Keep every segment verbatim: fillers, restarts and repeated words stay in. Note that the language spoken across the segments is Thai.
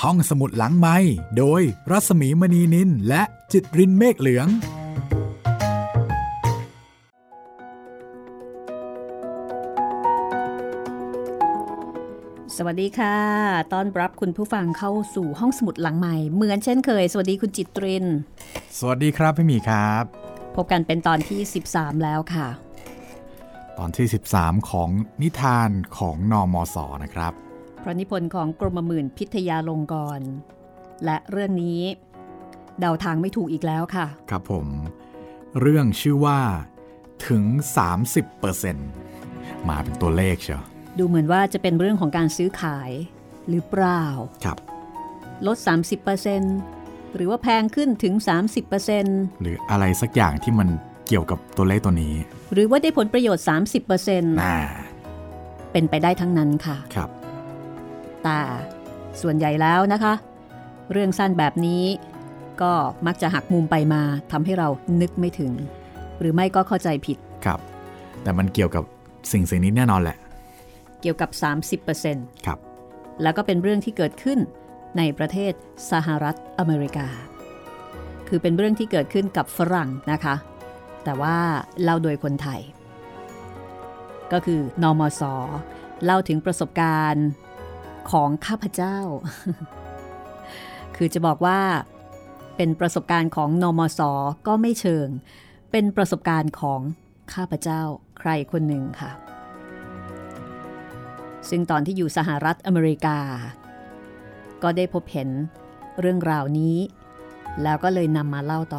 ห้องสมุดหลังไมค์โดยรัศมีมณีนินและจิตรินเมฆเหลืองสวัสดีค่ะต้อนรับคุณผู้ฟังเข้าสู่ห้องสมุดหลังใหม่เหมือนเช่นเคยสวัสดีคุณจิตรินสวัสดีครับพี่หมีครับพบกันเป็นตอนที่สิบสามแล้วค่ะตอนที่สิบสามของนิทานของนมส.นะครับพระนิพนธ์ของกรมหมื่นพิทยาลงกรณ์และเรื่องนี้เดาทางไม่ถูกอีกแล้วค่ะครับผมเรื่องชื่อว่าถึง สามสิบเปอร์เซ็นต์ มาเป็นตัวเลขเชียวดูเหมือนว่าจะเป็นเรื่องของการซื้อขายหรือเปล่าครับลด สามสิบเปอร์เซ็นต์ หรือว่าแพงขึ้นถึง สามสิบเปอร์เซ็นต์หรืออะไรสักอย่างที่มันเกี่ยวกับตัวเลขตัวนี้หรือว่าได้ผลประโยชน์ สามสิบเปอร์เซ็นต์น่าเป็นไปได้ทั้งนั้นค่ะครับแต่ส่วนใหญ่แล้วนะคะเรื่องสั้นแบบนี้ก็มักจะหักมุมไปมาทำให้เรานึกไม่ถึงหรือไม่ก็เข้าใจผิดครับแต่มันเกี่ยวกับสิ่งสิ่งนี้แน่นอนแหละเกี่ยวกับ สามสิบเปอร์เซ็นต์ครับแล้วก็เป็นเรื่องที่เกิดขึ้นในประเทศสหรัฐอเมริกาคือเป็นเรื่องที่เกิดขึ้นกับฝรั่งนะคะแต่ว่าเล่าโดยคนไทยก็คือนมส.เล่าถึงประสบการณ์ของข้าพเจ้า คือจะบอกว่าเป็นประสบการณ์ของนมส.ก็ไม่เชิงเป็นประสบการณ์ของข้าพเจ้าใครคนหนึ่งค่ะซึ่งตอนที่อยู่สหรัฐอเมริกาก็ได้พบเห็นเรื่องราวนี้แล้วก็เลยนำมาเล่าต่อ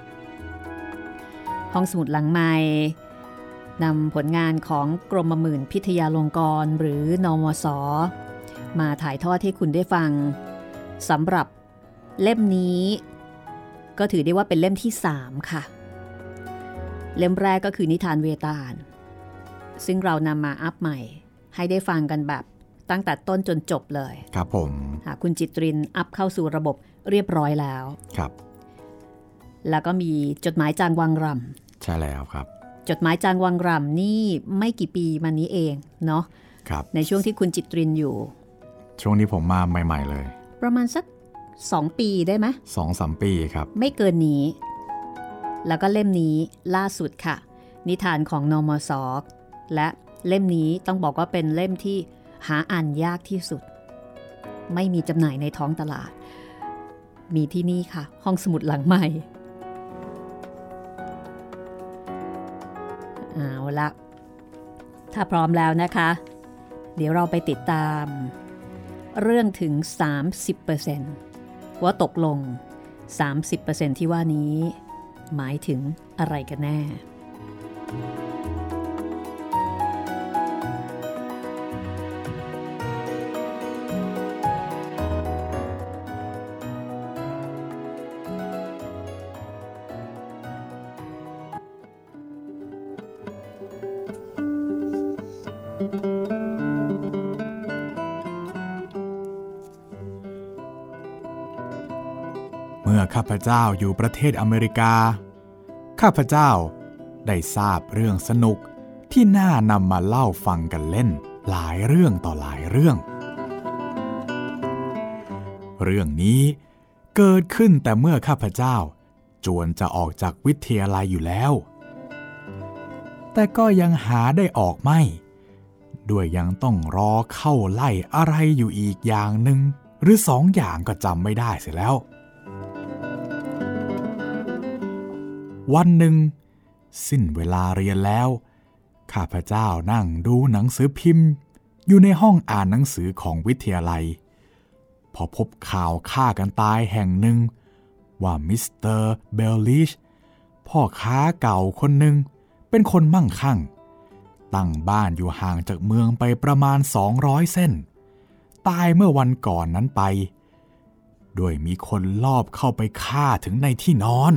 ห้องสมุดหลังไมค์นำผลงานของกรมหมื่นพิทยาลงกรณ์หรือนมส.มาถ่ายทอดให้คุณได้ฟังสำหรับเล่มนี้ก็ถือได้ว่าเป็นเล่มที่สามค่ะเล่มแรกก็คือนิทานเวตาลซึ่งเรานำมาอัพใหม่ให้ได้ฟังกันแบบตั้งแต่ต้นจนจบเลยครับผมคุณจิตรินอัพเข้าสู่ระบบเรียบร้อยแล้วครับแล้วก็มีจดหมายจางวังรำใช่แล้วครับจดหมายจางวังรำนี่ไม่กี่ปีมานี้เองเนาะครับในช่วงที่คุณจิตรินอยู่ช่วงนี้ผมมาใหม่ๆเลยประมาณสักสองปีได้ไหมสองสาม ปีครับไม่เกินนี้แล้วก็เล่มนี้ล่าสุดค่ะนิทานของนมส.และเล่มนี้ต้องบอกว่าเป็นเล่มที่หาอ่านยากที่สุดไม่มีจำหน่ายในท้องตลาดมีที่นี่ค่ะห้องสมุดหลังใหม่เอาละถ้าพร้อมแล้วนะคะเดี๋ยวเราไปติดตามเรื่องถึง สามสิบเปอร์เซ็นต์ ว่าตกลง สามสิบเปอร์เซ็นต์ ที่ว่านี้หมายถึงอะไรกันแน่เมื่อข้าพเจ้าอยู่ประเทศอเมริกาข้าพเจ้าได้ทราบเรื่องสนุกที่น่านำมาเล่าฟังกันเล่นหลายเรื่องต่อหลายเรื่องเรื่องนี้เกิดขึ้นแต่เมื่อข้าพเจ้าจวนจะออกจากวิทยาลัยอยู่แล้วแต่ก็ยังหาได้ออกไม่ด้วยยังต้องรอเข้าไล่อะไรอยู่อีกอย่างหนึ่งหรือสองอย่างก็จำไม่ได้เสียแล้ววันหนึ่งสิ้นเวลาเรียนแล้วข้าพเจ้านั่งดูหนังสือพิมพ์อยู่ในห้องอ่านหนังสือของวิทยาลัยพอพบข่าวฆ่ากันตายแห่งหนึ่งว่ามิสเตอร์เบลลิชพ่อค้าเก่าคนหนึ่งเป็นคนมั่งคั่งตั้งบ้านอยู่ห่างจากเมืองไปประมาณสองร้อยเส้นตายเมื่อวันก่อนนั้นไปโดยมีคนลอบเข้าไปฆ่าถึงในที่นอน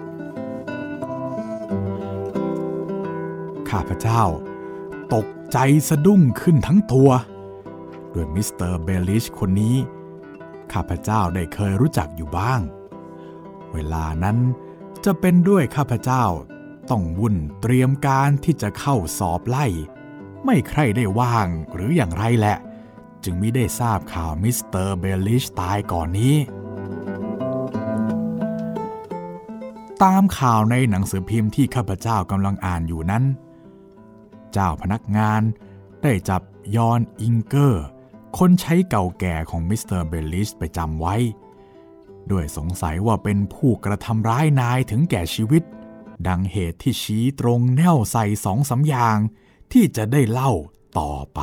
ข้าพเจ้าตกใจสะดุ้งขึ้นทั้งตัวโดยมิสเตอร์เบลลิชคนนี้ข้าพเจ้าได้เคยรู้จักอยู่บ้างเวลานั้นจะเป็นด้วยข้าพเจ้าต้องวุ่นเตรียมการที่จะเข้าสอบไล่ไม่ใครได้ว่างหรืออย่างไรแหละจึงมิได้ทราบข่าวมิสเตอร์เบลลิชตายก่อนนี้ตามข่าวในหนังสือพิมพ์ที่ข้าพเจ้ากำลังอ่านอยู่นั้นเจ้าพนักงานได้จับยอนอิงเกอร์คนใช้เก่าแก่ของมิสเตอร์เบลลิชไปจำไว้ด้วยสงสัยว่าเป็นผู้กระทำร้ายนายถึงแก่ชีวิตดังเหตุที่ชี้ตรงแนวใส่สองสามอย่างที่จะได้เล่าต่อไป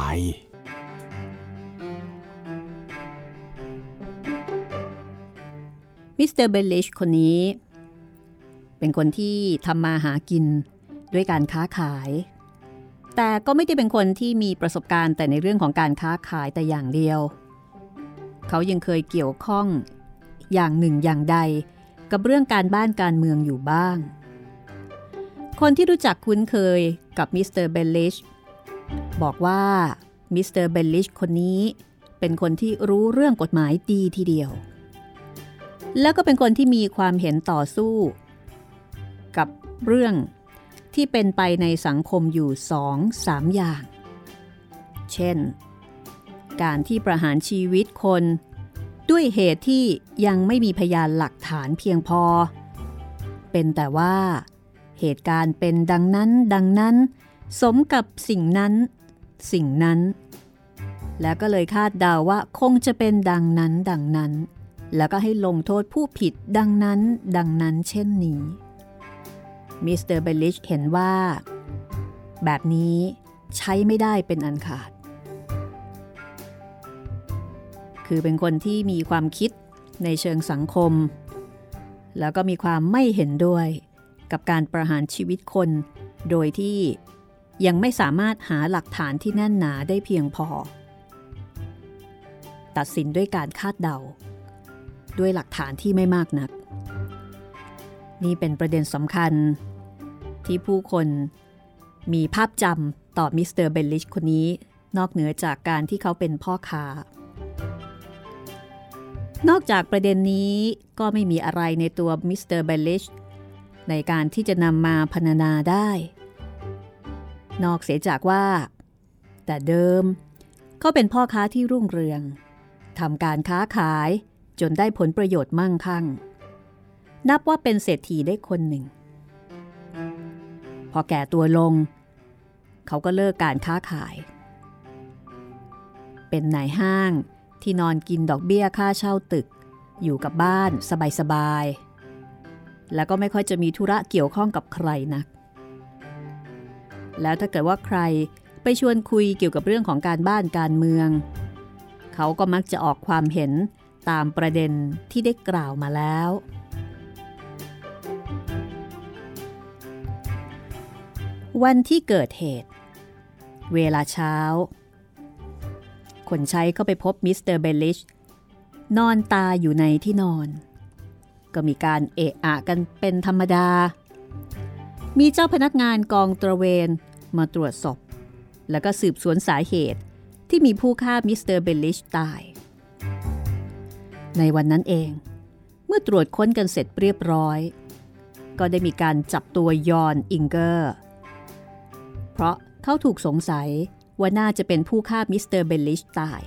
มิสเตอร์เบลลิชคนนี้เป็นคนที่ทำมาหากินด้วยการค้าขายแต่ก็ไม่ได้เป็นคนที่มีประสบการณ์แต่ในเรื่องของการค้าขายแต่อย่างเดียวเขายังเคยเกี่ยวข้องอย่างหนึ่งอย่างใดกับเรื่องการบ้านการเมืองอยู่บ้างคนที่รู้จักคุ้นเคยกับมิสเตอร์เบลลิชบอกว่ามิสเตอร์เบลลิชคนนี้เป็นคนที่รู้เรื่องกฎหมายดีทีเดียวแล้วก็เป็นคนที่มีความเห็นต่อสู้กับเรื่องที่เป็นไปในสังคมอยู่ สองถึงสาม อย่างเช่นการที่ประหารชีวิตคนด้วยเหตุที่ยังไม่มีพยานหลักฐานเพียงพอเป็นแต่ว่าเหตุการณ์เป็นดังนั้นดังนั้นสมกับสิ่งนั้นสิ่งนั้นแล้วก็เลยคาดเดาว่าคงจะเป็นดังนั้นดังนั้นแล้วก็ให้ลงโทษผู้ผิดดังนั้นดังนั้นเช่นนี้มิสเตอร์เบลลิชเห็นว่าแบบนี้ใช้ไม่ได้เป็นอันขาดคือเป็นคนที่มีความคิดในเชิงสังคมแล้วก็มีความไม่เห็นด้วยกับการประหารชีวิตคนโดยที่ยังไม่สามารถหาหลักฐานที่แน่นหนาได้เพียงพอตัดสินด้วยการคาดเดาด้วยหลักฐานที่ไม่มากนักนี่เป็นประเด็นสำคัญที่ผู้คนมีภาพจำต่อมิสเตอร์เบลลิชคนนี้นอกเหนือจากการที่เขาเป็นพ่อค้านอกจากประเด็นนี้ก็ไม่มีอะไรในตัวมิสเตอร์เบลลิชในการที่จะนำมาพรรณนาได้นอกเสียจากว่าแต่เดิมเขาเป็นพ่อค้าที่รุ่งเรืองทำการค้าขายจนได้ผลประโยชน์มั่งคั่งนับว่าเป็นเศรษฐีได้คนหนึ่งพอแก่ตัวลงเขาก็เลิกการค้าขายเป็นนายห้างที่นอนกินดอกเบี้ยค่าเช่าตึกอยู่กับบ้านสบายๆแล้วก็ไม่ค่อยจะมีธุระเกี่ยวข้องกับใครนักแล้วถ้าเกิดว่าใครไปชวนคุยเกี่ยวกับเรื่องของการบ้านการเมืองเขาก็มักจะออกความเห็นตามประเด็นที่ได้กล่าวมาแล้ววันที่เกิดเหตุเวลาเช้าคนใช้ก็ไปพบมิสเตอร์เบลลิชนอนตายอยู่ในที่นอนก็มีการเอะอะกันเป็นธรรมดามีเจ้าพนักงานกองตระเวนมาตรวจศพแล้วก็สืบสวนสาเหตุที่มีผู้ฆ่ามิสเตอร์เบลลิชตายในวันนั้นเองเมื่อตรวจค้นกันเสร็จเรียบร้อยก็ได้มีการจับตัวยอนอิงเกอร์เพราะเขาถูกสงสัยว่าน่าจะเป็นผู้ฆ่ามิสเตอร์เบลลิชตาย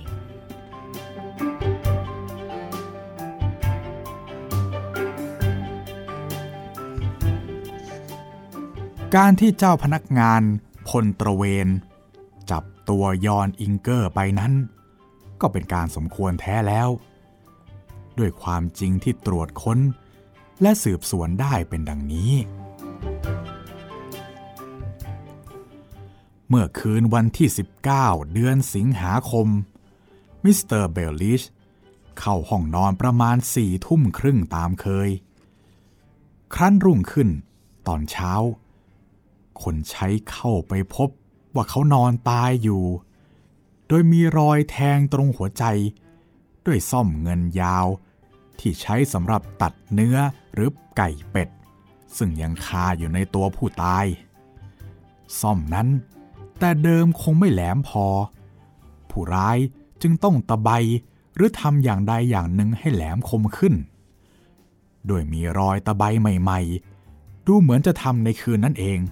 การที่เจ้าพนักงานพลตระเวนจับตัวยอนอิงเกอร์ไปนั้นก็เป็นการสมควรแท้แล้วด้วยความจริงที่ตรวจค้นและสืบสวนได้เป็นดังนี้เมื่อคืนวันที่สิบเก้าเดือนสิงหาคมมิสเตอร์เบลลิชเข้าห้องนอนประมาณสี่ทุ่มครึ่งตามเคยครั้นรุ่งขึ้นตอนเช้าคนใช้เข้าไปพบว่าเขานอนตายอยู่โดยมีรอยแทงตรงหัวใจด้วยส้อมเงินยาวที่ใช้สำหรับตัดเนื้อหรือไก่เป็ดซึ่งยังคาอยู่ในตัวผู้ตายส้อมนั้นแต่เดิมคงไม่แหลมพอผู้ร้ายจึงต้องตะไบหรือทำอย่างใดอย่างหนึ่งให้แหลมคมขึ้นโดยมีรอยตะไบใหม่ๆดูเหมือนจะทำในคืนนั้นเอง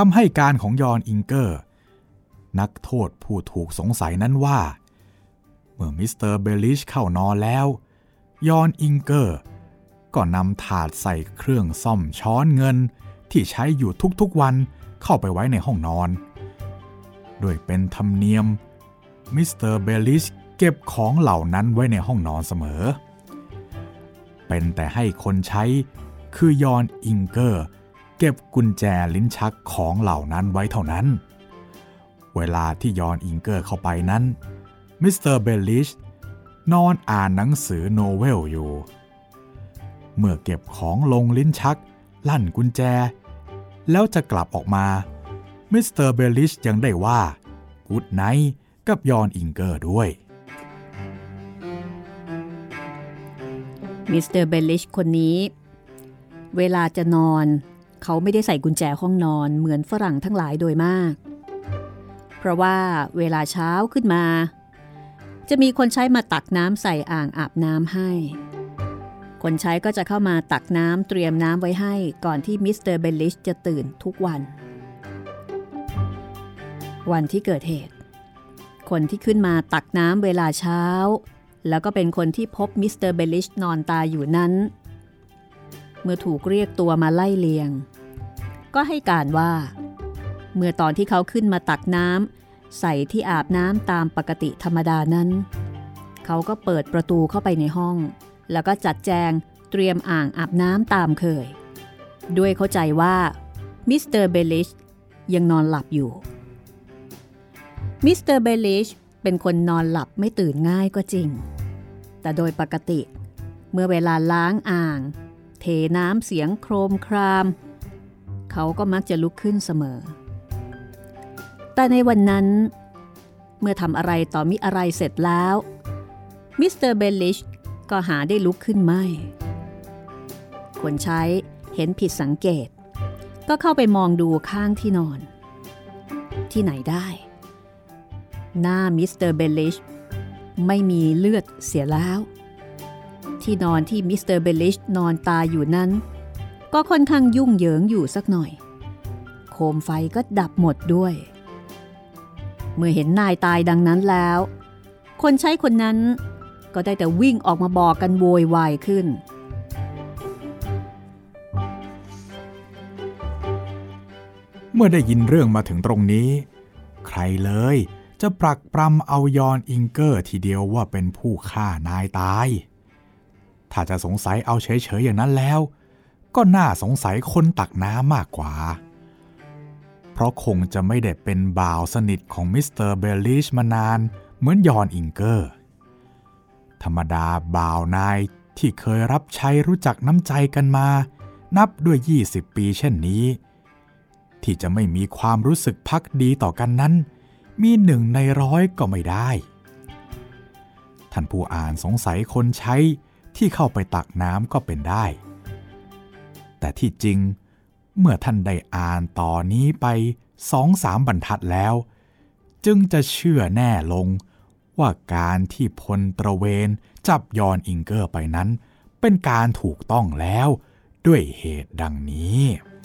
ำให้การของยอนอิงเกอร์นักโทษผู้ถูกสงสัยนั้นว่าเมื่อมิสเตอร์เบลลิชเข้านอนแล้วยอนอิงเกอร์ก็นำถาดใส่เครื่องซ่อมช้อนเงินที่ใช้อยู่ทุกๆวันเข้าไปไว้ในห้องนอนโดยเป็นธรรมเนียมมิสเตอร์เบลลิชเก็บของเหล่านั้นไว้ในห้องนอนเสมอเป็นแต่ให้คนใช้คือยอนอิงเกอร์เก็บกุญแจลิ้นชักของเหล่านั้นไว้เท่านั้นเวลาที่ยอนอิงเกอร์เข้าไปนั้นมิสเตอร์เบลลิชนอนอ่านหนังสือโนเวลอยู่เมื่อเก็บของลงลิ้นชักลั่นกุญแจแล้วจะกลับออกมามิสเตอร์เบลลิชยังได้ว่ากู๊ดไนท์กับยอนอิงเกอร์ด้วยมิสเตอร์เบลลิชคนนี้เวลาจะนอนเขาไม่ได้ใส่กุญแจห้องนอนเหมือนฝรั่งทั้งหลายโดยมากเพราะว่าเวลาเช้าขึ้นมาจะมีคนใช้มาตักน้ำใส่อ่างอาบน้ำให้คนใช้ก็จะเข้ามาตักน้ำเตรียมน้ำไว้ให้ก่อนที่มิสเตอร์เบลลิชจะตื่นทุกวันวันที่เกิดเหตุคนที่ขึ้นมาตักน้ำเวลาเช้าแล้วก็เป็นคนที่พบมิสเตอร์เบลลิชนอนตายอยู่นั้นเมื่อถูกเรียกตัวมาไล่เลียงก็ให้การว่าเมื่อตอนที่เขาขึ้นมาตักน้ำใส่ที่อาบน้ำตามปกติธรรมดานั้นเขาก็เปิดประตูเข้าไปในห้องแล้วก็จัดแจงเตรียมอ่างอาบน้ำตามเคยด้วยเข้าใจว่ามิสเตอร์เบลลิชยังนอนหลับอยู่มิสเตอร์เบลลิชเป็นคนนอนหลับไม่ตื่นง่ายก็จริงแต่โดยปกติเมื่อเวลาล้างอ่างเทน้ำเสียงโครมครามเขาก็มักจะลุกขึ้นเสมอแต่ในวันนั้นเมื่อทำอะไรต่อมิอะไรเสร็จแล้วมิสเตอร์เบลลิชก็หาได้ลุกขึ้นไม่คนใช้เห็นผิดสังเกตก็เข้าไปมองดูข้างที่นอนที่ไหนได้หน้ามิสเตอร์เบลลิชไม่มีเลือดเสียแล้วที่นอนที่มิสเตอร์เบลลิชนอนตายอยู่นั้นก็ค่อนข้างยุ่งเหยิงอยู่สักหน่อยโคมไฟก็ดับหมดด้วยเมื่อเห็นนายตายดังนั้นแล้วคนใช้คนนั้นก็ได้แต่วิ่งออกมาบอกกันโวยวายขึ้นเมื่อได้ยินเรื่องมาถึงตรงนี้ใครเลยจะปรักปรำเอายอนอิงเกอร์ทีเดียวว่าเป็นผู้ฆ่านายตายถ้าจะสงสัยเอาเฉยๆอย่างนั้นแล้วก็น่าสงสัยคนตักน้ำมากกว่าเพราะคงจะไม่ได้เป็นบ่าวสนิทของมิสเตอร์เบลลิชมานานเหมือนยอนอิงเกอร์ธรรมดาบ่าวนายที่เคยรับใช้รู้จักน้ำใจกันมานับด้วยยี่สิบปีเช่นนี้ที่จะไม่มีความรู้สึกภักดีต่อกันนั้นมีหนึ่งในร้อยก็ไม่ได้ท่านผู้อ่านสงสัยคนใช้ที่เข้าไปตักน้ำก็เป็นได้แต่ที่จริงเมื่อท่านได้อ่านต่อนี้ไปสองสามบรรทัดแล้วจึงจะเชื่อแน่ลงว่าการที่พลตระเวนจับยอนอิงเกอร์ไปนั้นเป็นการถูกต้องแล้วด้วยเหตุดังนี้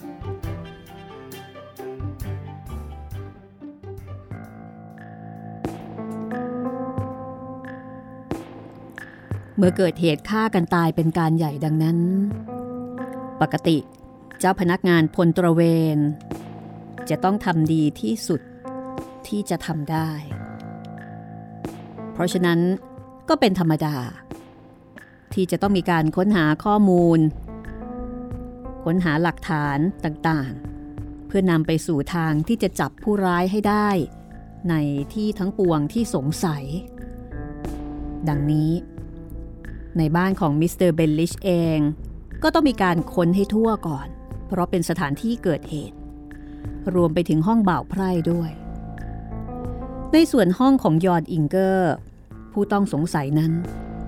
เมื่อเกิดเหตุฆ่ากันตายเป็นการใหญ่ดังนั้นปกติเจ้าพนักงานพลตระเวนจะต้องทำดีที่สุดที่จะทำได้เพราะฉะนั้นก็เป็นธรรมดาที่จะต้องมีการค้นหาข้อมูลค้นหาหลักฐานต่างๆเพื่อนำไปสู่ทางที่จะจับผู้ร้ายให้ได้ในที่ทั้งปวงที่สงสัยดังนี้ในบ้านของมิสเตอร์เบลลิชเองก็ต้องมีการค้นให้ทั่วก่อนเพราะเป็นสถานที่เกิดเหตุรวมไปถึงห้องบ่าวไพร่ด้วยในส่วนห้องของยอนอิงเกอร์ผู้ต้องสงสัยนั้น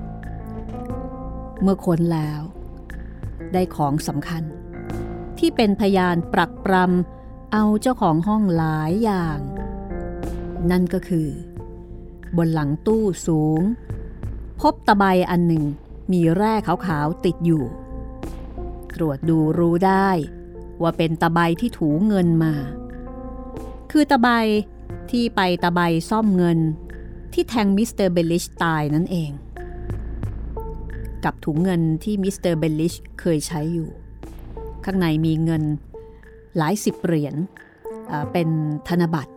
เมื่อค้นแล้วได้ของสำคัญที่เป็นพยานปรักปรำเอาเจ้าของห้องหลายอย่างนั่นก็คือบนหลังตู้สูงพบตะไบอันหนึ่งมีแร่ขาวๆติดอยู่ตรวจดูรู้ได้ว่าเป็นตะไบที่ถูเงินมาคือตะไบที่ไปตะไบซ่อมเงินที่แทงมิสเตอร์เบลลิชตายนั่นเองกับถุงเงินที่มิสเตอร์เบลลิชเคยใช้อยู่ข้างในมีเงินหลายสิบเหรียญเป็นธนบัตร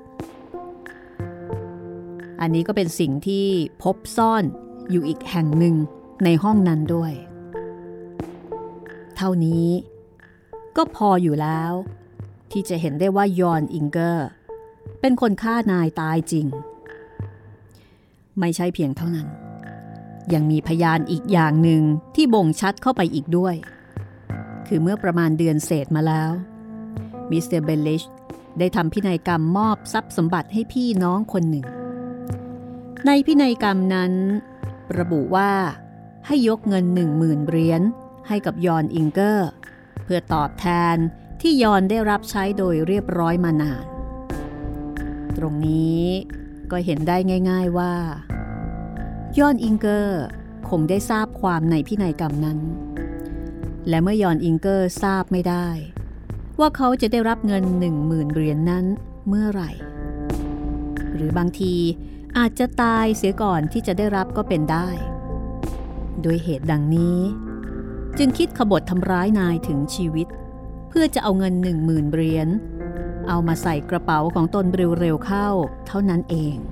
อันนี้ก็เป็นสิ่งที่พบซ่อนอยู่อีกแห่งหนึ่งในห้องนั้นด้วยเท่านี้ก็พออยู่แล้วที่จะเห็นได้ว่ายอนอิงเกอร์เป็นคนฆ่านายตายจริงไม่ใช่เพียงเท่านั้นยังมีพยานอีกอย่างหนึ่งที่บ่งชัดเข้าไปอีกด้วยคือเมื่อประมาณเดือนเศษมาแล้วมิสเตอร์เบลลิชได้ทำพินัยกรรมมอบทรัพย์สมบัติให้พี่น้องคนหนึ่งในพินัยกรรมนั้นระบุว่าให้ยกเงินหนึ่งหมื่นเหรียญให้กับยอนอิงเกอร์เพื่อตอบแทนที่ยอนได้รับใช้โดยเรียบร้อยมานานตรงนี้ก็เห็นได้ง่ายๆว่ายอนอิงเกอร์คงได้ทราบความในพินัยกรรมนั้นและเมื่อยอนอิงเกอร์ทราบไม่ได้ว่าเขาจะได้รับเงินหนึ่งหมื่นเหรียญ น, นั้นเมื่อไหร่หรือบางทีอาจจะตายเสียก่อนที่จะได้รับก็เป็นได้โดยเหตุดังนี้จึงคิดขบฏทำร้ายนายถึงชีวิตเพื่อจะเอาเงินหนึ่งหมื่นเหรียญเอามาใส่กระเป๋าของตนเร็วๆเข้าเท่านั้นเอง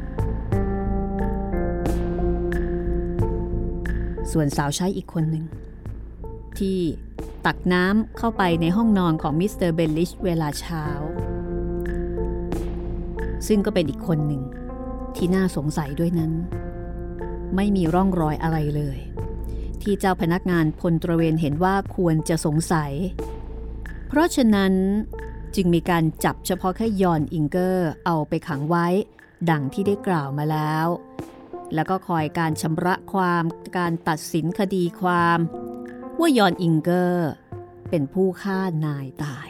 ส่วนสาวใช้อีกคนหนึ่งที่ตักน้ำเข้าไปในห้องนอนของมิสเตอร์เบลลิชเวลาเช้าซึ่งก็เป็นอีกคนหนึ่งที่น่าสงสัยด้วยนั้นไม่มีร่องรอยอะไรเลยที่เจ้าพนักงานพลตระเวนเห็นว่าควรจะสงสัยเพราะฉะนั้นจึงมีการจับเฉพาะแค่ยอนอิงเกอร์เอาไปขังไว้ดังที่ได้กล่าวมาแล้วแล้วก็คอยการชำระความการตัดสินคดีความว่ายอนอิงเกอร์เป็นผู้ฆ่านายตาย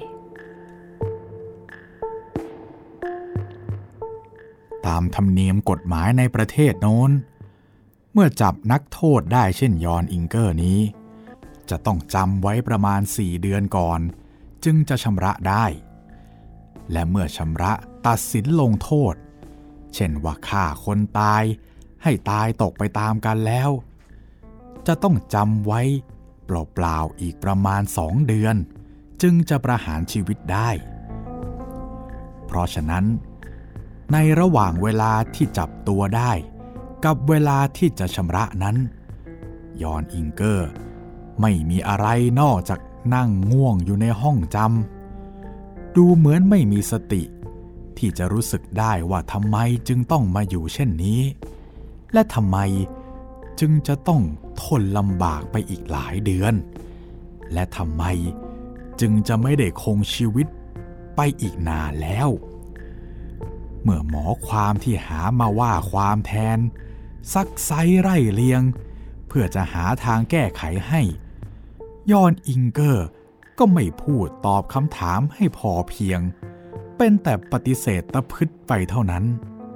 ตามธรรมเนียมกฎหมายในประเทศโน้นเมื่อจับนักโทษได้เช่นยอนอิงเกอร์นี้จะต้องจำไว้ประมาณสี่เดือนก่อนจึงจะชำระได้และเมื่อชำระตัดสินลงโทษเช่นว่าฆ่าคนตายให้ตายตกไปตามกันแล้วจะต้องจำไว้เปล่าๆอีกประมาณสองเดือนจึงจะประหารชีวิตได้เพราะฉะนั้นในระหว่างเวลาที่จับตัวได้กับเวลาที่จะชำระนั้นยอนอิงเกอร์ไม่มีอะไรนอกจากนั่งง่วงอยู่ในห้องจำดูเหมือนไม่มีสติที่จะรู้สึกได้ว่าทำไมจึงต้องมาอยู่เช่นนี้และทำไมจึงจะต้องทนลำบากไปอีกหลายเดือนและทำไมจึงจะไม่ได้คงชีวิตไปอีกนานแล้วเมื่อหมอความที่หามาว่าความแทนซักไซไร่เลียงเพื่อจะหาทางแก้ไขให้ยอนอิงเกอร์ก็ไม่พูดตอบคำถามให้พอเพียงเป็นแต่ปฏิเสธตะพึดไปเท่านั้น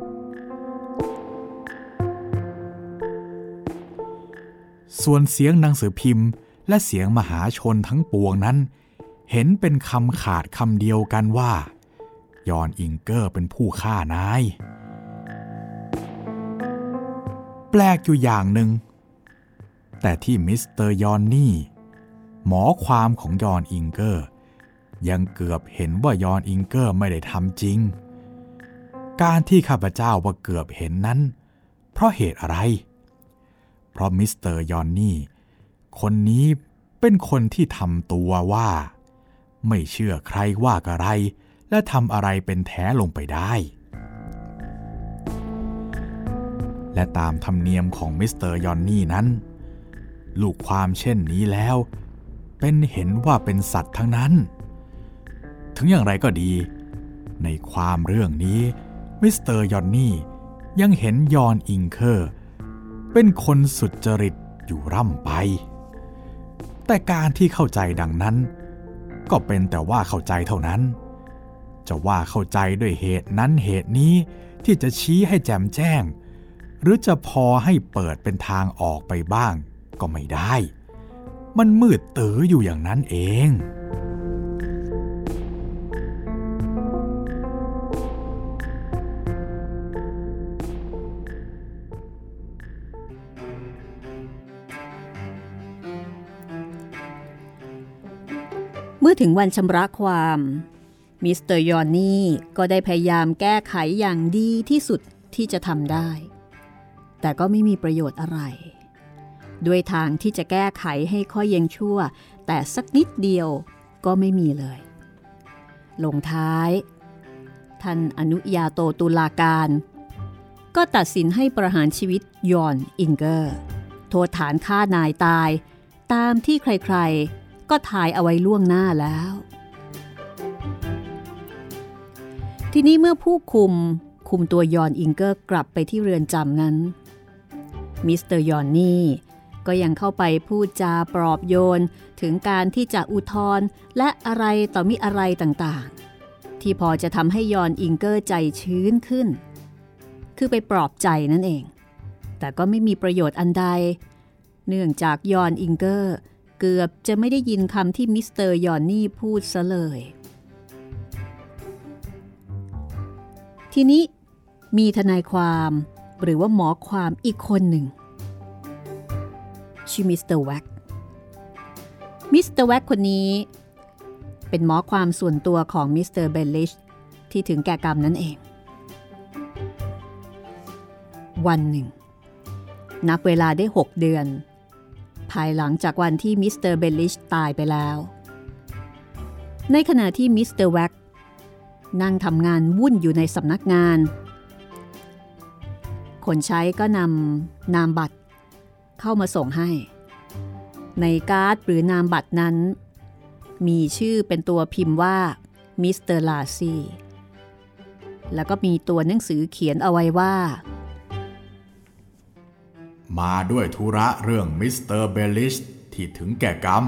ส่วนเสียงหนังสือพิมพ์และเสียงมหาชนทั้งปวงนั้นเห็นเป็นคำขาดคำเดียวกันว่ายอนอิงเกอร์เป็นผู้ฆ่านายแปลกอยู่อย่างหนึ่งแต่ที่มิสเตอร์ยอนนี่หมอความของยอนอิงเกอร์ยังเกือบเห็นว่ายอนอิงเกอร์ไม่ได้ทำจริงการที่ข้าพเจ้าว่าเกือบเห็นนั้นเพราะเหตุอะไรเพราะมิสเตอร์ยอนนี่คนนี้เป็นคนที่ทำตัวว่าไม่เชื่อใครว่าอะไรและทำอะไรเป็นแท้ลงไปได้และตามธรรมเนียมของมิสเตอร์ยอนนี่นั้นลูกความเช่นนี้แล้วเป็นเห็นว่าเป็นสัตว์ทั้งนั้นถึงอย่างไรก็ดีในความเรื่องนี้มิสเตอร์ยอนนี่ยังเห็นยอนอิงเกอร์เป็นคนสุจริตอยู่ร่ำไปแต่การที่เข้าใจดังนั้นก็เป็นแต่ว่าเข้าใจเท่านั้นจะว่าเข้าใจด้วยเหตุนั้นเหตุนี้ที่จะชี้ให้แจ่มแจ้งหรือจะพอให้เปิดเป็นทางออกไปบ้างก็ไม่ได้มันมืดตื้ออยู่อย่างนั้นเองเมื่อถึงวันชำระความมิสเตอร์ยอนนี่ก็ได้พยายามแก้ไขอย่างดีที่สุดที่จะทำได้แต่ก็ไม่มีประโยชน์อะไรด้วยทางที่จะแก้ไขให้ค่อยยังชั่วแต่สักนิดเดียวก็ไม่มีเลยลงท้ายท่านอนุญาโตตุลาการก็ตัดสินให้ประหารชีวิตยอนอิงเกอร์โทษฐานฆ่านายตายตามที่ใครๆก็ทายเอาไว้ล่วงหน้าแล้วทีนี้เมื่อผู้คุมคุมตัวยอนอิงเกอร์กลับไปที่เรือนจำนั้นมิสเตอร์ยอนนี่ก็ยังเข้าไปพูดจาปลอบโยนถึงการที่จะอุทธรณ์และอะไรต่อมิอะไรต่างๆที่พอจะทำให้ยอนอิงเกอร์ใจชื้นขึ้นคือไปปลอบใจนั่นเองแต่ก็ไม่มีประโยชน์อันใดเนื่องจากยอนอิงเกอร์เกือบจะไม่ได้ยินคำที่มิสเตอร์ยอนนี่พูดซะเลยทีนี้มีทนายความหรือว่าหมอความอีกคนหนึ่งชื่อมิสเตอร์แว็กมิสเตอร์แว็กคนนี้เป็นหมอความส่วนตัวของมิสเตอร์เบลลิชที่ถึงแก่กรรมนั่นเองวันหนึ่งนับเวลาได้หกเดือนภายหลังจากวันที่มิสเตอร์เบลลิชตายไปแล้วในขณะที่มิสเตอร์แว็กนั่งทำงานวุ่นอยู่ในสำนักงานคนใช้ก็นำนามบัตรเข้ามาส่งให้ในการ์ดหรือนามบัตรนั้นมีชื่อเป็นตัวพิมพ์ว่ามิสเตอร์ลาซี่แล้วก็มีตัวหนังสือเขียนเอาไว้ว่ามาด้วยธุระเรื่องมิสเตอร์เบลลิชที่ถึงแก่กรรม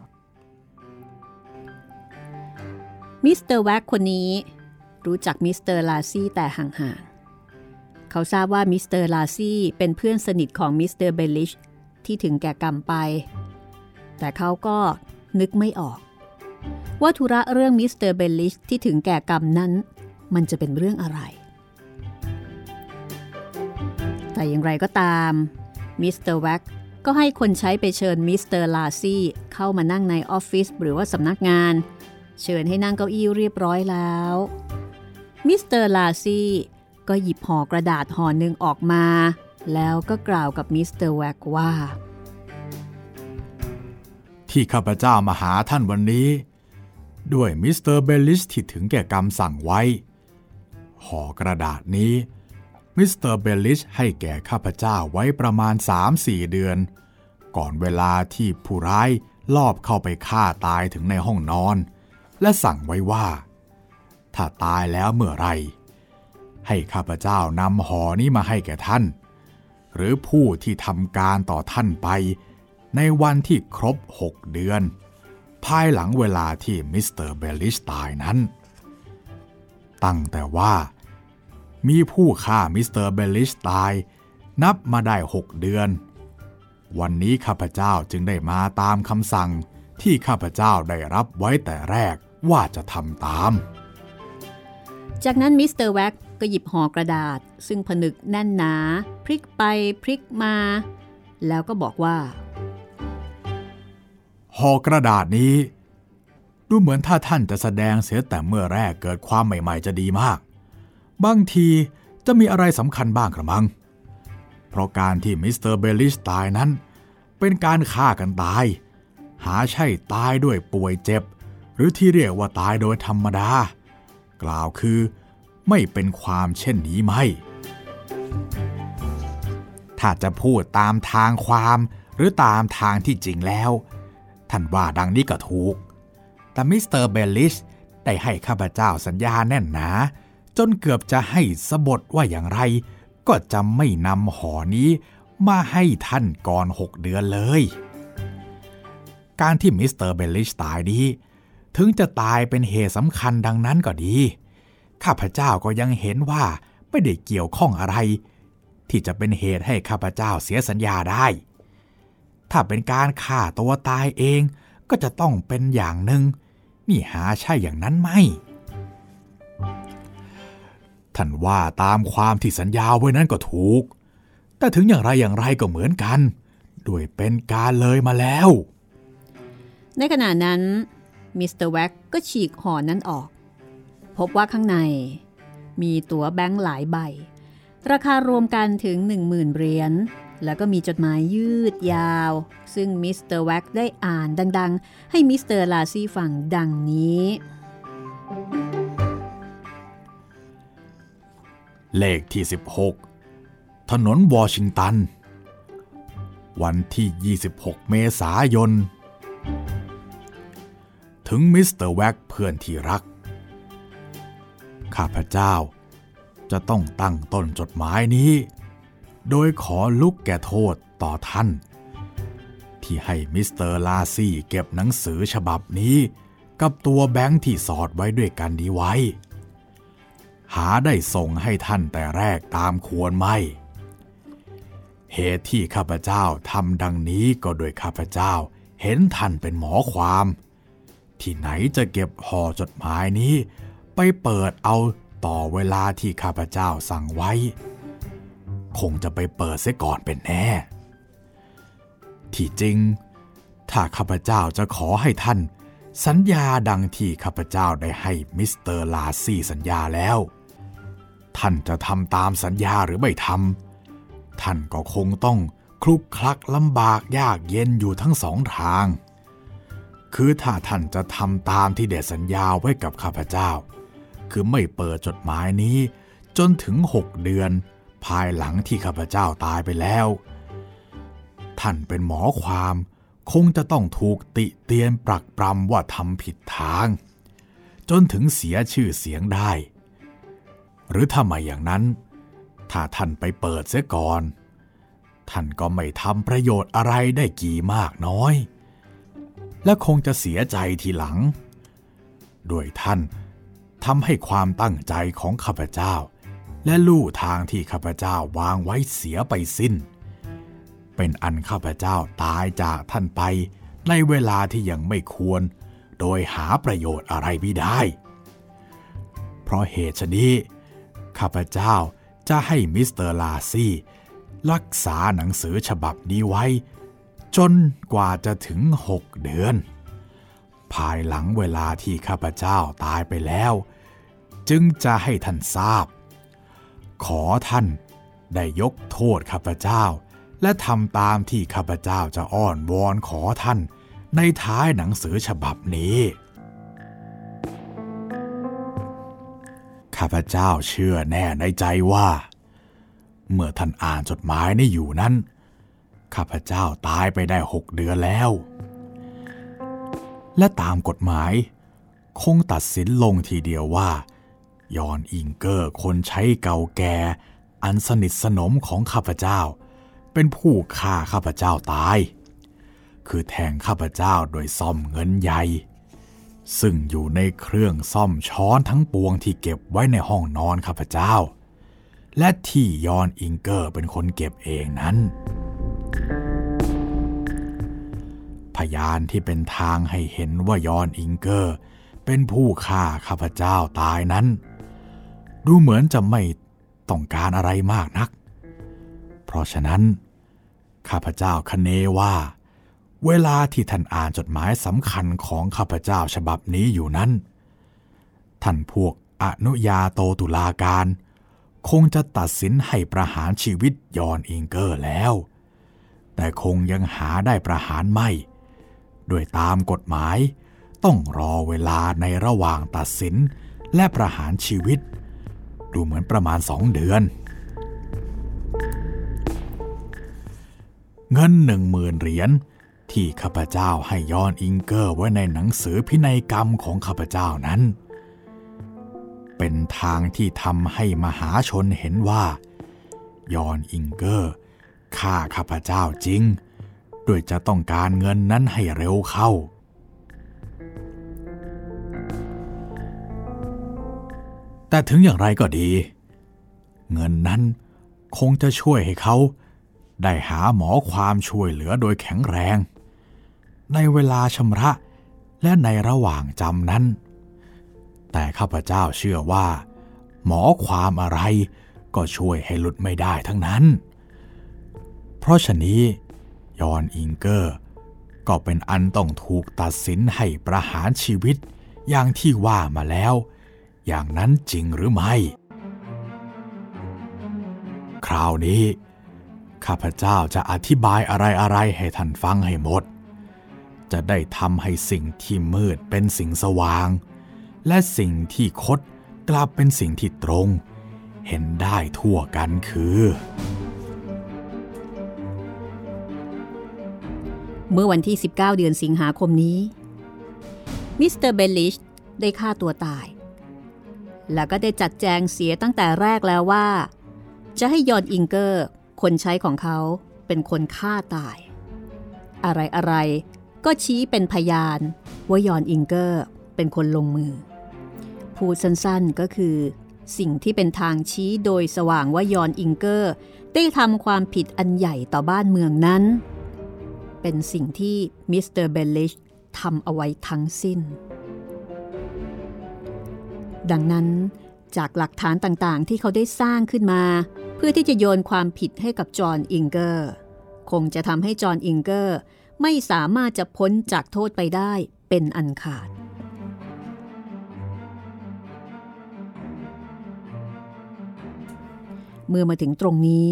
มิสเตอร์แว็กคนนี้รู้จักมิสเตอร์ลาซี่แต่ห่างๆเขาทราบว่ามิสเตอร์ลาซี่เป็นเพื่อนสนิทของมิสเตอร์เบลลิชที่ถึงแก่กรรมไปแต่เขาก็นึกไม่ออกว่าธุระเรื่องมิสเตอร์เบลลิชที่ถึงแก่กรรมนั้นมันจะเป็นเรื่องอะไรแต่อย่างไรก็ตามมิสเตอร์แว็กก็ให้คนใช้ไปเชิญมิสเตอร์ลาซี่เข้ามานั่งในออฟฟิศหรือว่าสำนักงานเชิญให้นั่งเก้าอี้เรียบร้อยแล้วมิสเตอร์ลาซี่ก็หยิบห่อกระดาษห่อหนึ่งออกมาแล้วก็กล่าวกับมิสเตอร์แว็กว่าที่ข้าพเจ้ามาหาท่านวันนี้ด้วยมิสเตอร์เบลลิชที่ถึงแก่กรรมสั่งไว้ห่อกระดาษนี้มิสเตอร์เบลลิชให้แก่ข้าพเจ้าไว้ประมาณ สามถึงสี่ เดือนก่อนเวลาที่ผู้ร้ายลอบเข้าไปฆ่าตายถึงในห้องนอนและสั่งไว้ว่าถ้าตายแล้วเมื่อไรให้ข้าพเจ้านำห่อนี้มาให้แก่ท่านหรือผู้ที่ทำการต่อท่านไปในวันที่ครบหกเดือนภายหลังเวลาที่มิสเตอร์เบลลิชตายนั้นตั้งแต่ว่ามีผู้ฆ่ามิสเตอร์เบลลิชตายนับมาได้หกเดือนวันนี้ข้าพเจ้าจึงได้มาตามคำสั่งที่ข้าพเจ้าได้รับไว้แต่แรกว่าจะทำตามจากนั้นมิสเตอร์แว็กก็หยิบห่อกระดาษซึ่งผนึกแน่นหนาพลิกไปพลิกมาแล้วก็บอกว่าห่อกระดาษนี้ดูเหมือนถ้าท่านจะแสดงเสียแต่เมื่อแรกเกิดความใหม่ๆจะดีมากบางทีจะมีอะไรสำคัญบ้างกระมังเพราะการที่มิสเตอร์เบลลิชตายนั้นเป็นการฆ่ากันตายหาใช่ตายด้วยป่วยเจ็บหรือที่เรียกว่าตายโดยธรรมดากล่าวคือไม่เป็นความเช่นนี้ไม่ถ้าจะพูดตามทางความหรือตามทางที่จริงแล้วท่านว่าดังนี้ก็ถูกแต่มิสเตอร์เบลลิชได้ให้ข้าพเจ้าสัญญาแน่นหนาจนเกือบจะให้สบทว่าอย่างไรก็จะไม่นำห่อนี้มาให้ท่านก่อนหกเดือนเลยการที่มิสเตอร์เบลลิชตายนี้ถึงจะตายเป็นเหตุสำคัญดังนั้นก็ดีข้าพเจ้าก็ยังเห็นว่าไม่ได้เกี่ยวข้องอะไรที่จะเป็นเหตุให้ข้าพเจ้าเสียสัญญาได้ถ้าเป็นการฆ่าตัวตายเองก็จะต้องเป็นอย่างหนึ่งนี่หาใช่อย่างนั้นไหมท่านว่าตามความที่สัญญาไว้นั้นก็ถูกแต่ถึงอย่างไรอย่างไรก็เหมือนกันด้วยเป็นการเลยมาแล้วในขณะนั้นมิสเตอร์แว็กก็ฉีกห่อนั้นออกพบว่าข้างในมีตั๋วแบงค์หลายใบราคารวมกันถึง หนึ่งหมื่น เหรียญแล้วก็มีจดหมายยืดยาวซึ่งมิสเตอร์แว็กได้อ่านดังๆให้มิสเตอร์ลาซี่ฟังดังนี้เลขที่สิบหกถนนวอชิงตันวันที่ยี่สิบหกเมษายนถึงมิสเตอร์แว็กเพื่อนที่รักข้าพเจ้าจะต้องตั้งต้นจดหมายนี้โดยขอลุกแก่โทษต่อท่านที่ให้มิสเตอร์ลาซี่เก็บหนังสือฉบับนี้กับตัวแบงค์ที่สอดไว้ด้วยกันนี้ไว้หาได้ส่งให้ท่านแต่แรกตามควรไม่เหตุที่ข้าพเจ้าทำดังนี้ก็โดยข้าพเจ้าเห็นท่านเป็นหมอความที่ไหนจะเก็บห่อจดหมายนี้ไปเปิดเอาต่อเวลาที่ข้าพเจ้าสั่งไว้คงจะไปเปิดเสียก่อนเป็นแน่ที่จริงถ้าข้าพเจ้าจะขอให้ท่านสัญญาดังที่ข้าพเจ้าได้ให้มิสเตอร์ลาซี่สัญญาแล้วท่านจะทำตามสัญญาหรือไม่ทำท่านก็คงต้องคลุกคลักลำบากยากเย็นอยู่ทั้งสองทางคือถ้าท่านจะทำตามที่ได้สัญญาไว้กับข้าพเจ้าคือไม่เปิดจดหมายนี้จนถึงหกเดือนภายหลังที่ข้าพเจ้าตายไปแล้วท่านเป็นหมอความคงจะต้องถูกติเตียนปรักปรำว่าทำผิดทางจนถึงเสียชื่อเสียงได้หรือถ้าไม่อย่างนั้นถ้าท่านไปเปิดเสียก่อนท่านก็ไม่ทำประโยชน์อะไรได้กี่มากน้อยและคงจะเสียใจทีหลังด้วยท่านทำให้ความตั้งใจของข้าพเจ้าและลู่ทางที่ข้าพเจ้าวางไว้เสียไปสิ้นเป็นอันข้าพเจ้าตายจากท่านไปในเวลาที่ยังไม่ควรโดยหาประโยชน์อะไรไม่ได้เพราะเหตุนี้ข้าพเจ้าจะให้มิสเตอร์ลาซี่รักษาหนังสือฉบับนี้ไว้จนกว่าจะถึงหกเดือนภายหลังเวลาที่ข้าพเจ้าตายไปแล้วจึงจะให้ท่านทราบขอท่านได้ยกโทษข้าพเจ้าและทำตามที่ข้าพเจ้าจะอ้อนวอนขอท่านในท้ายหนังสือฉบับนี้ข้าพเจ้าเชื่อแน่ในใจว่าเมื่อท่านอ่านจดหมายนี้อยู่นั้นข้าพเจ้าตายไปได้หกเดือนแล้วและตามกฎหมายคงตัดสินลงทีเดียวว่ายอนอิงเกอร์คนใช้เก่าแก่อันสนิทสนมของข้าพเจ้าเป็นผู้ฆ่าข้าพเจ้าตายคือแทงข้าพเจ้าโดยซ่อมเงินใหญ่ซึ่งอยู่ในเครื่องซ่อมช้อนทั้งปวงที่เก็บไว้ในห้องนอนข้าพเจ้าและที่ยอนอิงเกอร์เป็นคนเก็บเองนั้นพยานที่เป็นทางให้เห็นว่ายอนอิงเกอร์เป็นผู้ฆ่าข้าพเจ้าตายนั้นดูเหมือนจะไม่ต้องการอะไรมากนักเพราะฉะนั้นข้าพเจ้าคะเนว่าเวลาที่ท่านอ่านจดหมายสำคัญของข้าพเจ้าฉบับนี้อยู่นั้นท่านพวกอนุญาโตตุลาการคงจะตัดสินให้ประหารชีวิตยอนอิงเกอร์แล้วแต่คงยังหาได้ประหารไม่โดยตามกฎหมายต้องรอเวลาในระหว่างตัดสินและประหารชีวิตดูเหมือนประมาณสองเดือนเงินหนึ่งหมื่นเหรียญที่ข้าพเจ้าให้ยอนอิงเกอร์ไว้ในหนังสือพินัยกรรมของข้าพเจ้านั้นเป็นทางที่ทำให้มหาชนเห็นว่ายอนอิงเกอร์ฆ่าข้าพเจ้าจริงโดยจะต้องการเงินนั้นให้เร็วเข้าแต่ถึงอย่างไรก็ดีเงินนั้นคงจะช่วยให้เขาได้หาหมอความช่วยเหลือโดยแข็งแรงในเวลาชำระและในระหว่างจำนั้นแต่ข้าพเจ้าเชื่อว่าหมอความอะไรก็ช่วยให้หลุดไม่ได้ทั้งนั้นเพราะฉะนี้ยอนอิงเกอร์ก็เป็นอันต้องถูกตัดสินให้ประหารชีวิตอย่างที่ว่ามาแล้วอย่างนั้นจริงหรือไม่คราวนี้ข้าพเจ้าจะอธิบายอะไรๆให้ท่านฟังให้หมดจะได้ทำให้สิ่งที่มืดเป็นสิ่งสว่างและสิ่งที่คดกลับเป็นสิ่งที่ตรงเห็นได้ทั่วกันคือเมื่อวันที่สิบเก้าเดือนสิงหาคมนี้มิสเตอร์เบลลิชได้ฆ่าตัวตายแล้วก็ได้จัดแจงเสียตั้งแต่แรกแล้วว่าจะให้ยอนอิงเกอร์คนใช้ของเขาเป็นคนฆ่าตายอะไรๆก็ชี้เป็นพยานว่ายอนอิงเกอร์เป็นคนลงมือพูดสั้นๆก็คือสิ่งที่เป็นทางชี้โดยสว่างว่ายอนอิงเกอร์ได้ทำความผิดอันใหญ่ต่อบ้านเมืองนั้นเป็นสิ่งที่มิสเตอร์เบลลิชทำเอาไว้ทั้งสิ้นดังนั้นจากหลักฐานต่างๆที่เขาได้สร้างขึ้นมาเพื่อที่จะโยนความผิดให้กับจอห์นอิงเกอร์คงจะทำให้จอห์นอิงเกอร์ไม่สามารถจะพ้นจากโทษไปได้เป็นอันขาดเมื่อมาถึงตรงนี้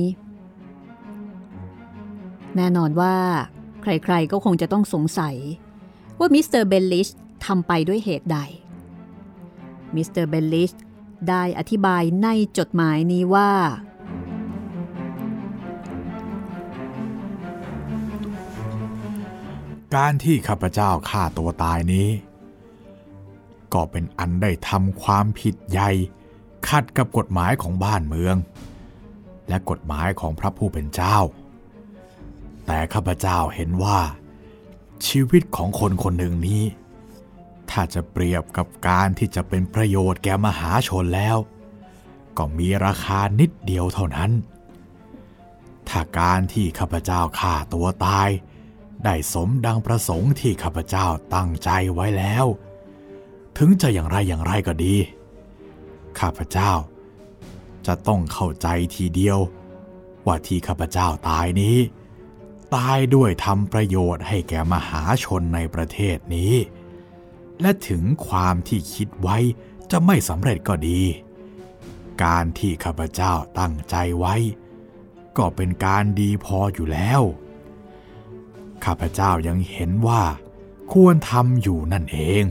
แน่นอนว่าใครๆก็คงจะต้องสงสัยว่ามิสเตอร์เบลลิชทำไปด้วยเหตุใดมิสเตอร์เบลลิชได้อธิบายในจดหมายนี้ว่าการที่ข้าพเจ้าฆ่าตัวตายนี้ก็เป็นอันได้ทำความผิดใหญ่ขัดกับกฎหมายของบ้านเมืองและกฎหมายของพระผู้เป็นเจ้าแต่ข้าพเจ้าเห็นว่าชีวิตของคนคนหนึ่งนี้ถ้าจะเปรียบกับการที่จะเป็นประโยชน์แก่มหาชนแล้วก็มีราคานิดเดียวเท่านั้นถ้าการที่ข้าพเจ้าฆ่าตัวตายได้สมดังประสงค์ที่ข้าพเจ้าตั้งใจไว้แล้วถึงจะอย่างไรอย่างไรก็ดีข้าพเจ้าจะต้องเข้าใจทีเดียวว่าที่ข้าพเจ้าตายนี้ตายด้วยทำประโยชน์ให้แก่มหาชนในประเทศนี้และถึงความที่คิดไว้จะไม่สำเร็จก็ดีการที่ข้าพเจ้าตั้งใจไว้ก็เป็นการดีพออยู่แล้วข้าพเจ้ายังเห็นว่าควรทำอยู่นั่นเอง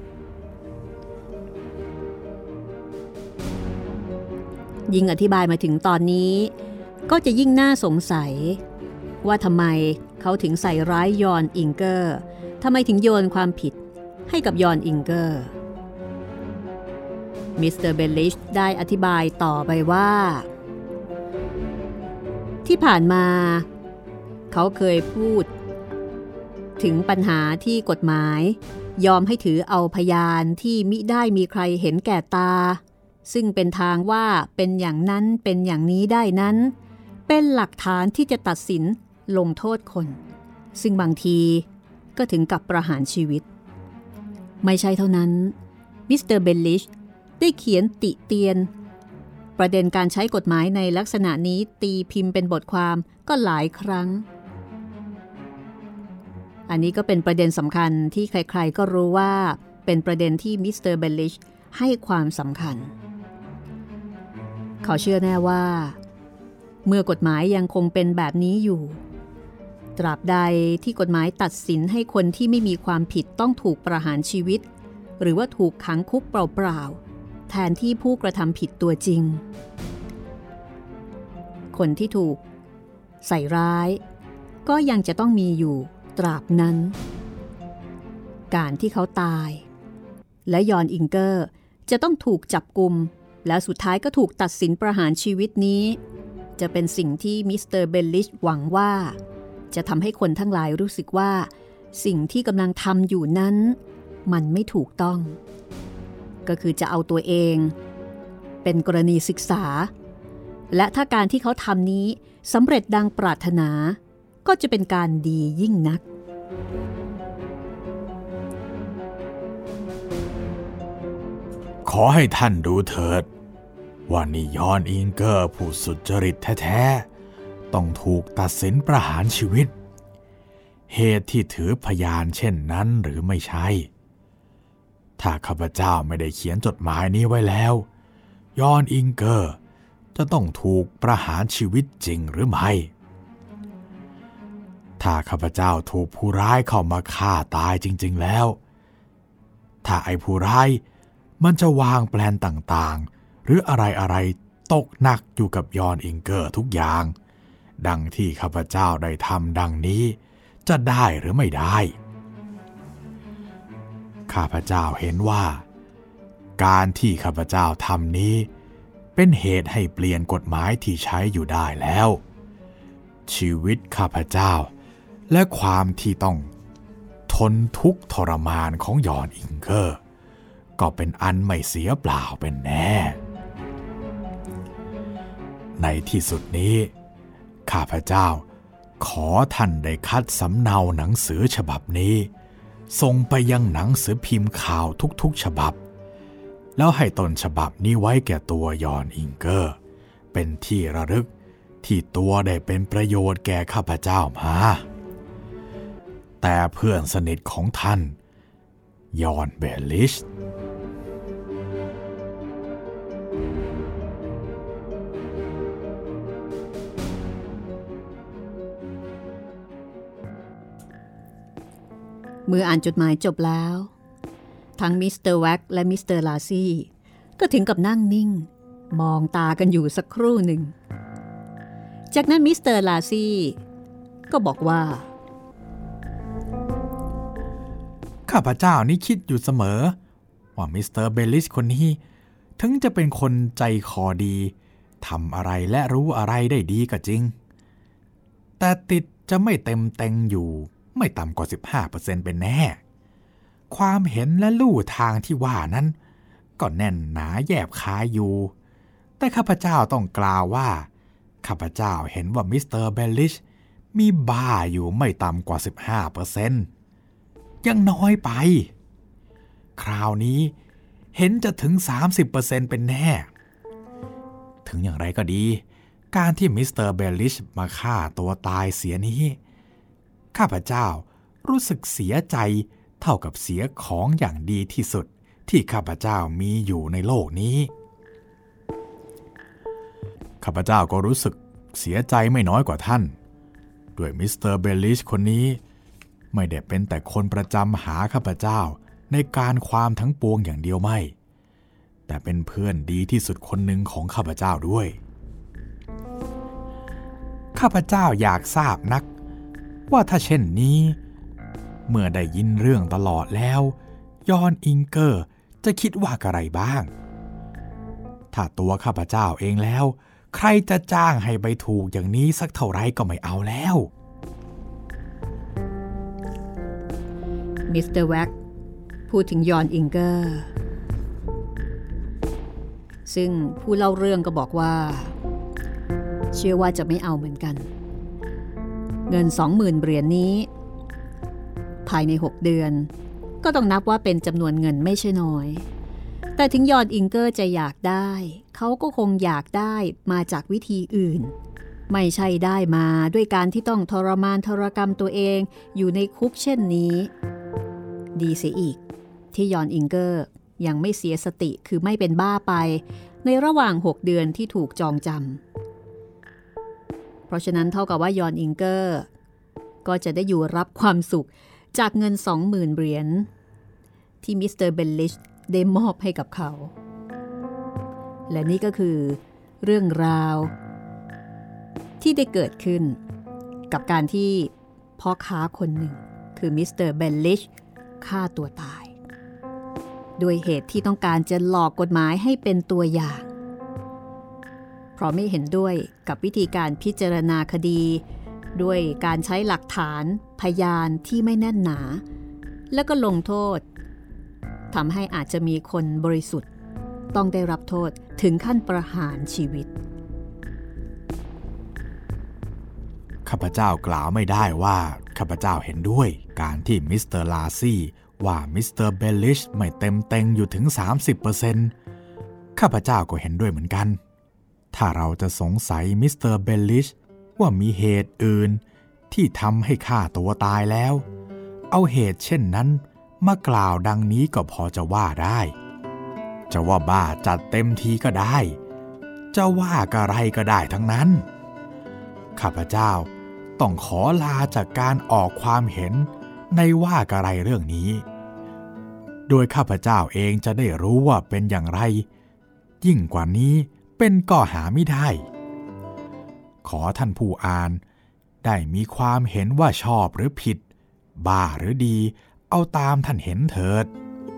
ยิ่งอธิบายมาถึงตอนนี้ก็จะยิ่งน่าสงสัยว่าทำไมเขาถึงใส่ร้ายยอนอิงเกอร์ทำไมถึงโยนความผิดให้กับยอนอิงเกอร์มิสเตอร์เบลลิชได้อธิบายต่อไปว่าที่ผ่านมาเขาเคยพูดถึงปัญหาที่กฎหมายยอมให้ถือเอาพยานที่มิได้มีใครเห็นแก่ตาซึ่งเป็นทางว่าเป็นอย่างนั้นเป็นอย่างนี้ได้นั้นเป็นหลักฐานที่จะตัดสินลงโทษคนซึ่งบางทีก็ถึงกับประหารชีวิตไม่ใช่เท่านั้นมิสเตอร์เบลลิชได้เขียนติเตียนประเด็นการใช้กฎหมายในลักษณะนี้ตีพิมพ์เป็นบทความก็หลายครั้งอันนี้ก็เป็นประเด็นสำคัญที่ใครๆก็รู้ว่าเป็นประเด็นที่มิสเตอร์เบลลิชให้ความสำคัญเขาเชื่อแน่ว่าเมื่อกฎหมายยังคงเป็นแบบนี้อยู่ตราบใดที่กฎหมายตัดสินให้คนที่ไม่มีความผิดต้องถูกประหารชีวิตหรือว่าถูกขังคุกเปล่าๆแทนที่ผู้กระทำผิดตัวจริงคนที่ถูกใส่ร้ายก็ยังจะต้องมีอยู่ตราบนั้นการที่เขาตายและยอนอิงเกอร์จะต้องถูกจับกุมแล้วสุดท้ายก็ถูกตัดสินประหารชีวิตนี้จะเป็นสิ่งที่มิสเตอร์เบลลิชหวังว่าจะทำให้คนทั้งหลายรู้สึกว่าสิ่งที่กำลังทำอยู่นั้นมันไม่ถูกต้องก็คือจะเอาตัวเองเป็นกรณีศึกษาและถ้าการที่เขาทำนี้สำเร็จดังปรารถนาก็จะเป็นการดียิ่งนักขอให้ท่านดูเถิดว่านี่ยอนอิงเกอร์ผู้สุจริตแท้ๆต้องถูกตัดสินประหารชีวิตเหตุที่ถือพยานเช่นนั้นหรือไม่ใช่ถ้าข้าพเจ้าไม่ได้เขียนจดหมายนี้ไว้แล้วยอนอิงเกอร์จะต้องถูกประหารชีวิตจริงหรือไม่ถ้าข้าพเจ้าถูกผู้ร้ายเข้ามาฆ่าตายจริงๆแล้วถ้าไอ้ผู้ร้ายมันจะวางแปลนต่างๆหรืออะไรๆตกหนักอยู่กับยอนอิงเกอร์ทุกอย่างดังที่ข้าพเจ้าได้ทำดังนี้จะได้หรือไม่ได้ข้าพเจ้าเห็นว่าการที่ข้าพเจ้าทำนี้เป็นเหตุให้เปลี่ยนกฎหมายที่ใช้อยู่ได้แล้วชีวิตข้าพเจ้าและความที่ต้องทนทุกข์ทรมานของยอนอิงเกอร์ก็เป็นอันไม่เสียเปล่าเป็นแน่ในที่สุดนี้ข้าพเจ้าขอท่านได้คัดสำเนาหนังสือฉบับนี้ส่งไปยังหนังสือพิมพ์ข่าวทุกๆฉบับแล้วให้ต้นฉบับนี้ไว้แก่ตัวยอนอิงเกอร์เป็นที่ระลึกที่ตัวได้เป็นประโยชน์แก่ข้าพเจ้ามาแต่เพื่อนสนิทของท่านยอนเบลลิชเมื่ออ่านจดหมายจบแล้วทั้งมิสเตอร์แว็กและมิสเตอร์ลาซี่ก็ถึงกับนั่งนิ่งมองตากันอยู่สักครู่หนึ่งจากนั้นมิสเตอร์ลาซี่ก็บอกว่าข้าพเจ้านี่คิดอยู่เสมอว่ามิสเตอร์เบลลิชคนนี้ถึงจะเป็นคนใจคอดีทำอะไรและรู้อะไรได้ดีก็จริงแต่ติดจะไม่เต็มเต็งอยู่ไม่ต่ำกว่า สิบห้าเปอร์เซ็นต์ เป็นแน่ความเห็นและลู่ทางที่ว่านั้นก็แน่นหนาแยบคายอยู่แต่ข้าพเจ้าต้องกล่าวว่าข้าพเจ้าเห็นว่ามิสเตอร์เบลลิชมีบ้าอยู่ไม่ต่ำกว่า สิบห้าเปอร์เซ็นต์ ยังน้อยไปคราวนี้เห็นจะถึง สามสิบเปอร์เซ็นต์ เป็นแน่ถึงอย่างไรก็ดีการที่มิสเตอร์เบลลิชมาฆ่าตัวตายเสียนี้ข้าพเจ้ารู้สึกเสียใจเท่ากับเสียของอย่างดีที่สุดที่ข้าพเจ้ามีอยู่ในโลกนี้ข้าพเจ้าก็รู้สึกเสียใจไม่น้อยกว่าท่านด้วยมิสเตอร์เบลลิชคนนี้ไม่ได้เป็นแต่คนประจำหาข้าพเจ้าในการความทั้งปวงอย่างเดียวไม่แต่เป็นเพื่อนดีที่สุดคนหนึ่งของข้าพเจ้าด้วยข้าพเจ้าอยากทราบนักว่าถ้าเช่นนี้เมื่อได้ยินเรื่องตลอดแล้วยอนอิงเกอร์จะคิดว่าอะไรบ้างถ้าตัวข้าพเจ้าเองแล้วใครจะจ้างให้ไปถูกอย่างนี้สักเท่าไรก็ไม่เอาแล้วมิสเตอร์แว็กพูดถึงยอนอิงเกอร์ซึ่งผู้เล่าเรื่องก็บอกว่าเชื่อว่าจะไม่เอาเหมือนกันเงิน สองหมื่น เหรียญ นี้ภายในหกเดือนก็ต้องนับว่าเป็นจำนวนเงินไม่ใช่น้อยแต่ถึงยอนอิงเกอร์จะอยากได้เขาก็คงอยากได้มาจากวิธีอื่นไม่ใช่ได้มาด้วยการที่ต้องทรมานทรกรรมตัวเองอยู่ในคุกเช่นนี้ดีเสียอีกที่ยอนอิงเกอร์ยังไม่เสียสติคือไม่เป็นบ้าไปในระหว่างหกเดือนที่ถูกจองจำเพราะฉะนั้นเท่ากับว่ายอนอิงเกอร์ก็จะได้อยู่รับความสุขจากเงิน สองหมื่น เหรียญที่มิสเตอร์เบลลิชได้มอบให้กับเขาและนี่ก็คือเรื่องราวที่ได้เกิดขึ้นกับการที่พ่อค้าคนหนึ่งคือมิสเตอร์เบลลิชฆ่าตัวตายด้วยเหตุที่ต้องการจะหลอกกฎหมายให้เป็นตัวอย่างเพราะไม่เห็นด้วยกับวิธีการพิจารณาคดีด้วยการใช้หลักฐานพยานที่ไม่แน่นหนาแล้วก็ลงโทษทำให้อาจจะมีคนบริสุทธิ์ต้องได้รับโทษถึงขั้นประหารชีวิตข้าพเจ้ากล่าวไม่ได้ว่าข้าพเจ้าเห็นด้วยการที่มิสเตอร์ลาซี่ว่ามิสเตอร์เบลลิชไม่เต็มเต็งอยู่ถึง สามสิบเปอร์เซ็นต์ ข้าพเจ้าก็เห็นด้วยเหมือนกันถ้าเราจะสงสัยมิสเตอร์เบลลิชว่ามีเหตุอื่นที่ทำให้ฆ่าตัวตายแล้วเอาเหตุเช่นนั้นมากล่าวดังนี้ก็พอจะว่าได้จะว่าบ้าจัดเต็มทีก็ได้จะว่ากะไรก็ได้ทั้งนั้นข้าพเจ้าต้องขอลาจากการออกความเห็นในว่ากะไรเรื่องนี้โดยข้าพเจ้าเองจะได้รู้ว่าเป็นอย่างไรยิ่งกว่านี้เป็นก็หาไม่ได้ขอท่านผู้อ่านได้มีความเห็นว่าชอบหรือผิดบ้าหรือดีเอาตามท่านเห็นเถิด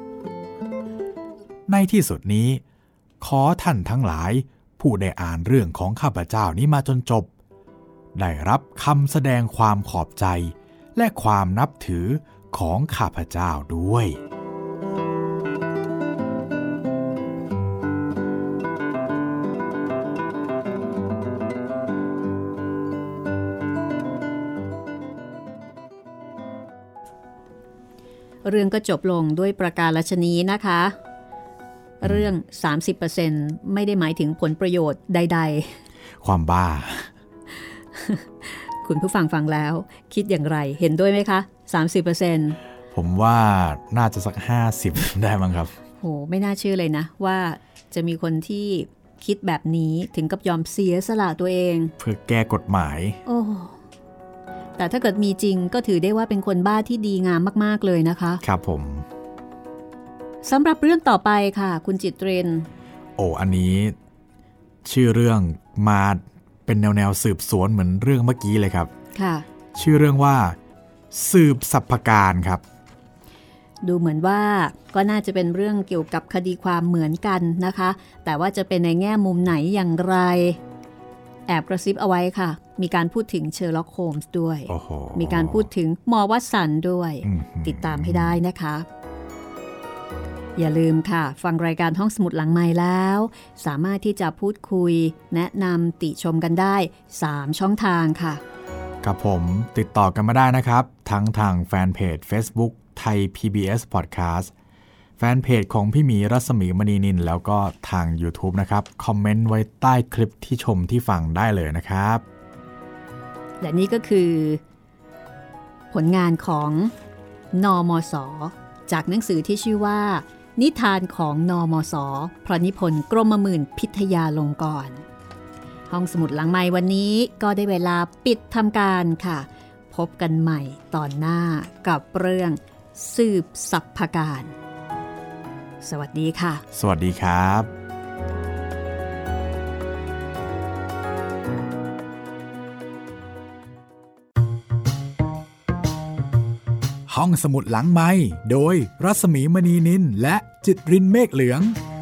ในที่สุดนี้ขอท่านทั้งหลายผู้ได้อ่านเรื่องของข้าพเจ้านี้มาจนจบได้รับคำแสดงความขอบใจและความนับถือของข้าพเจ้าด้วยเรื่องก็จบลงด้วยประกาศชนีนะคะเรื่อง สามสิบเปอร์เซ็นต์ ไม่ได้หมายถึงผลประโยชน์ใดๆความบ้าคุณผู้ฟังฟังแล้วคิดอย่างไรเห็นด้วยไหมคะ สามสิบเปอร์เซ็นต์ผมว่าน่าจะสักห้าสิบได้มั้งครับโหไม่น่าเชื่อเลยนะว่าจะมีคนที่คิดแบบนี้ถึงกับยอมเสียสละตัวเองเพื่อแก้กฎหมายโอ้แต่ถ้าเกิดมีจริงก็ถือได้ว่าเป็นคนบ้าที่ดีงามมากๆเลยนะคะครับผมสำหรับเรื่องต่อไปค่ะคุณจิตเรนโอ้อันนี้ชื่อเรื่องมาเป็นแนวแนวสืบสวนเหมือนเรื่องเมื่อกี้เลยครับค่ะชื่อเรื่องว่าสืบสรรพการครับดูเหมือนว่าก็น่าจะเป็นเรื่องเกี่ยวกับคดีความเหมือนกันนะคะแต่ว่าจะเป็นในแง่มุมไหนอย่างไรแอบกระซิบเอาไว้ค่ะมีการพูดถึงเชอร์ล็อกโฮมส์ด้วยมีการพูดถึงหมอวัตสันด้วยติดตามให้ได้นะคะอย่าลืมค่ะฟังรายการห้องสมุดหลังไมค์แล้วสามารถที่จะพูดคุยแนะนำติชมกันได้สามช่องทางค่ะครับผมติดต่อกันมาได้นะครับทั้งทางแฟนเพจ Facebook ไทย พี บี เอส Podcast แฟนเพจของพี่หมีรัศมีมณีนินแล้วก็ทาง YouTube นะครับคอมเมนต์ไว้ใต้คลิปที่ชมที่ฟังได้เลยนะครับและนี่ก็คือผลงานของนมส.จากหนังสือที่ชื่อว่านิทานของนมส.พระนิพนธ์กรมหมื่นพิทยาลงกรณ์ห้องสมุดหลังไมค์วันนี้ก็ได้เวลาปิดทำการค่ะพบกันใหม่ตอนหน้ากับเรื่องสืบสรรพการสวัสดีค่ะสวัสดีครับห้องสมุดหลังไมค์โดยรัศมีมณีนินและจิตรินเมฆเหลือง